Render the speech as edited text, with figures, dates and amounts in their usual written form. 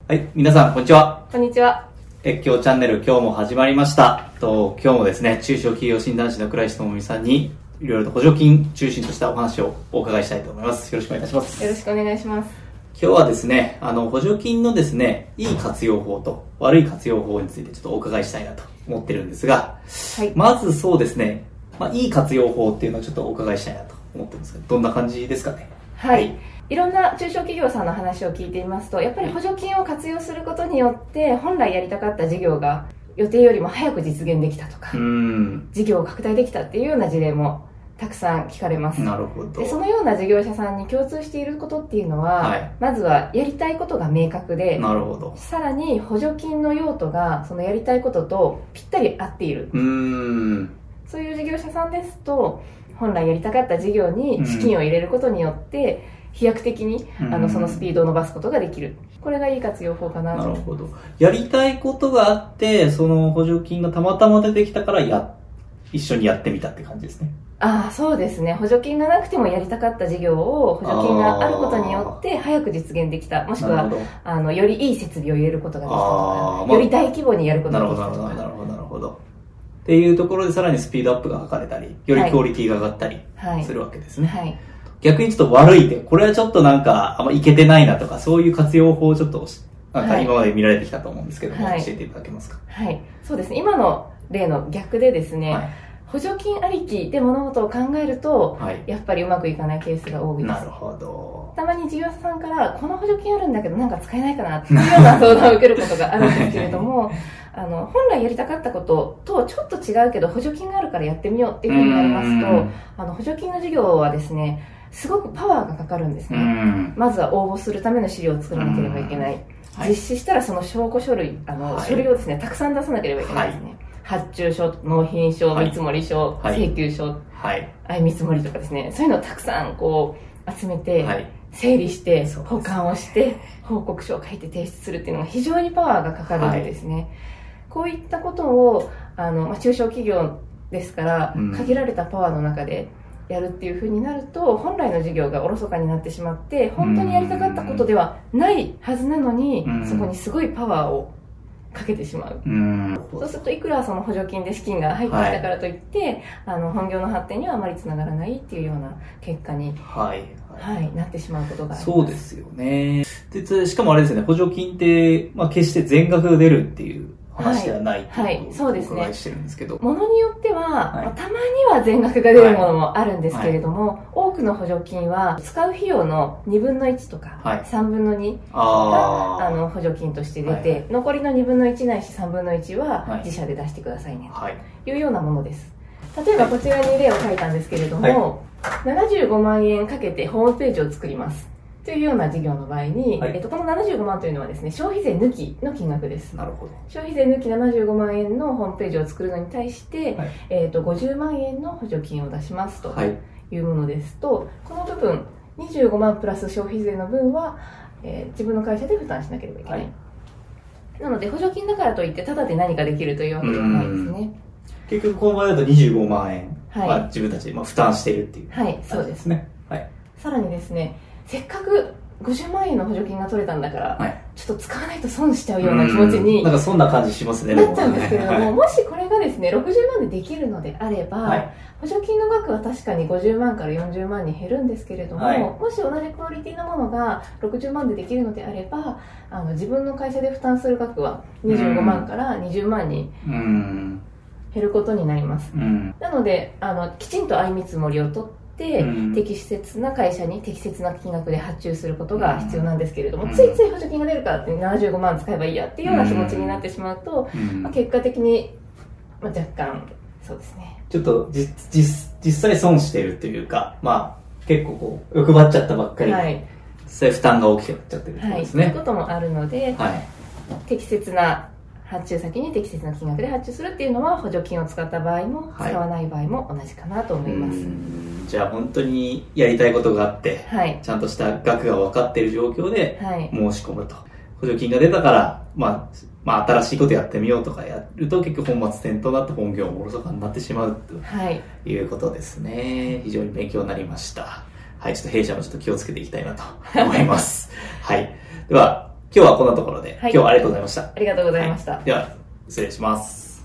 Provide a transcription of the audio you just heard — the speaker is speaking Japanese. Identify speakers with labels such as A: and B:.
A: はい、皆さん、こんにちは。
B: こんにちは。
A: 越境チャンネル、今日も始まりました。今日もですね、中小企業診断士の倉石智美さんに、いろいろと補助金中心としたお話をお伺いしたいと思います。よろしくお願いいたします。
B: よろしくお願いします。
A: 今日はですね、補助金のですね、いい活用法と悪い活用法についてちょっとお伺いしたいなと思ってるんですが、はい、まずそうですね、いい活用法っていうのをちょっとお伺いしたいなと思ってるんですが、どんな感じですかね。
B: はい。いろんな中小企業さんの話を聞いていますと、やっぱり補助金を活用することによって、本来やりたかった事業が予定よりも早く実現できたとか、事業を拡大できたっていうような事例もたくさん聞かれます。
A: なるほど。
B: で、そのような事業者さんに共通していることっていうのは、まずはやりたいことが明確で、
A: なるほど。
B: さらに補助金の用途がそのやりたいこととぴったり合っている。そういう事業者さんですと、本来やりたかった事業に資金を入れることによって、飛躍的にそのスピードを伸ばすことができる。これがいい活用法かなと。
A: なるほど。やりたいことがあって、その補助金がたまたま出てきたから一緒にやってみたって感じですね。
B: ああ、そうですね。補助金がなくてもやりたかった事業を補助金があることによって早く実現できた。もしくは、よりいい設備を入れることができたとか、より大規模にやることができたとか。
A: なるほど、なるほど。っていうところでさらにスピードアップが図れたり、よりクオリティが上がったりするわけですね。はい。逆にちょっと悪い点、これはちょっとなんかあんまいけてないなとか、そういう活用法をちょっとなんか今まで見られてきたと思うんですけども、教えていただけますか。
B: はい。そうですね。今の例の逆でですね、補助金ありきで物事を考えると、やっぱりうまくいかないケースが多いです。
A: なるほど。
B: たまに事業者さんから、この補助金あるんだけどなんか使えないかなっていうような相談を受けることがあるんですけれども、本来やりたかったこととちょっと違うけど補助金があるからやってみようっていうふうになりますと、補助金の事業はですね、すごくパワーがかかるんですね。まずは応募するための資料を作らなければいけない。実施したらその証拠書類、書類をですね、たくさん出さなければいけないですね。発注書、納品書、見積書、請求書、相見積もりとかですね、そういうのをたくさんこう集めて、整理して、保管をして、報告書を書いて提出するっていうのが非常にパワーがかかるんですね。こういったことを、中小企業ですから、限られたパワーの中でやるっていう風になると、本来の事業がおろそかになってしまって、本当にやりたかったことではないはずなのに、そこにすごいパワーをかけてしまう。そうするといくらその補助金で資金が入ってきたからといって、本業の発展にはあまりつながらないっていうような結果に、なってしまうことがあります。
A: そうですよね。で、しかもあれですよね、補助金って、決して全額が出るっていう話ではないっていうことをお伺いしてるんですけど。
B: ものによっては、たまには全額が出るものもあるんですけれども、多くの補助金は使う費用の2分の1とか3分の2が補助金として出て、残りの2分の1ないし3分の1は自社で出してくださいねというようなものです。例えばこちらに例を書いたんですけれども、75万円かけてホームページを作りますというような事業の場合に、この75万というのはですね、消費税抜きの金額です。
A: なるほど。
B: 消費税抜き75万円のホームページを作るのに対して、50万円の補助金を出しますというものですと、この部分、25万プラス消費税の分は、自分の会社で負担しなければいけない。なので、補助金だからといって、ただで何かできるというわけではないですね。
A: 結局、この場合だと25万円は自分たちで負担しているっていう感じですね。
B: さらにですね、せっかく50万円の補助金が取れたんだから、ちょっと使わないと損しちゃうような気持ちに
A: なんかそんな感じしますね。
B: なっちゃうんですけれども、もしこれがですね、60万でできるのであれば、補助金の額は確かに50万から40万に減るんですけれども、もし同じクオリティのものが60万でできるのであれば、自分の会社で負担する額は25万から20万に減ることになります。なので、きちんと相見積もりを取って、適切な会社に適切な金額で発注することが必要なんですけれども、ついつい補助金が出るからって75万使えばいいやっていうような気持ちになってしまうと、結果的に、若干そうですね、
A: ちょっと実際損してるというか、結構こう欲張っちゃったばっかりで、実際負担が大きくなっちゃってるってことですね。
B: そういうこともあるので、適切な発注先に適切な金額で発注するっていうのは、補助金を使った場合も使わない場合も同じかなと思います。
A: じゃあ本当にやりたいことがあって、ちゃんとした額が分かっている状況で申し込むと。補助金が出たから、新しいことやってみようとかやると、結局本末転倒だと本業もおろそかになってしまうということですね。非常に勉強になりました。ちょっと弊社もちょっと気をつけていきたいなと思います。では、 今日はこんなところで、今日はありがとうございました。
B: ありがとうございました。
A: では、失礼します。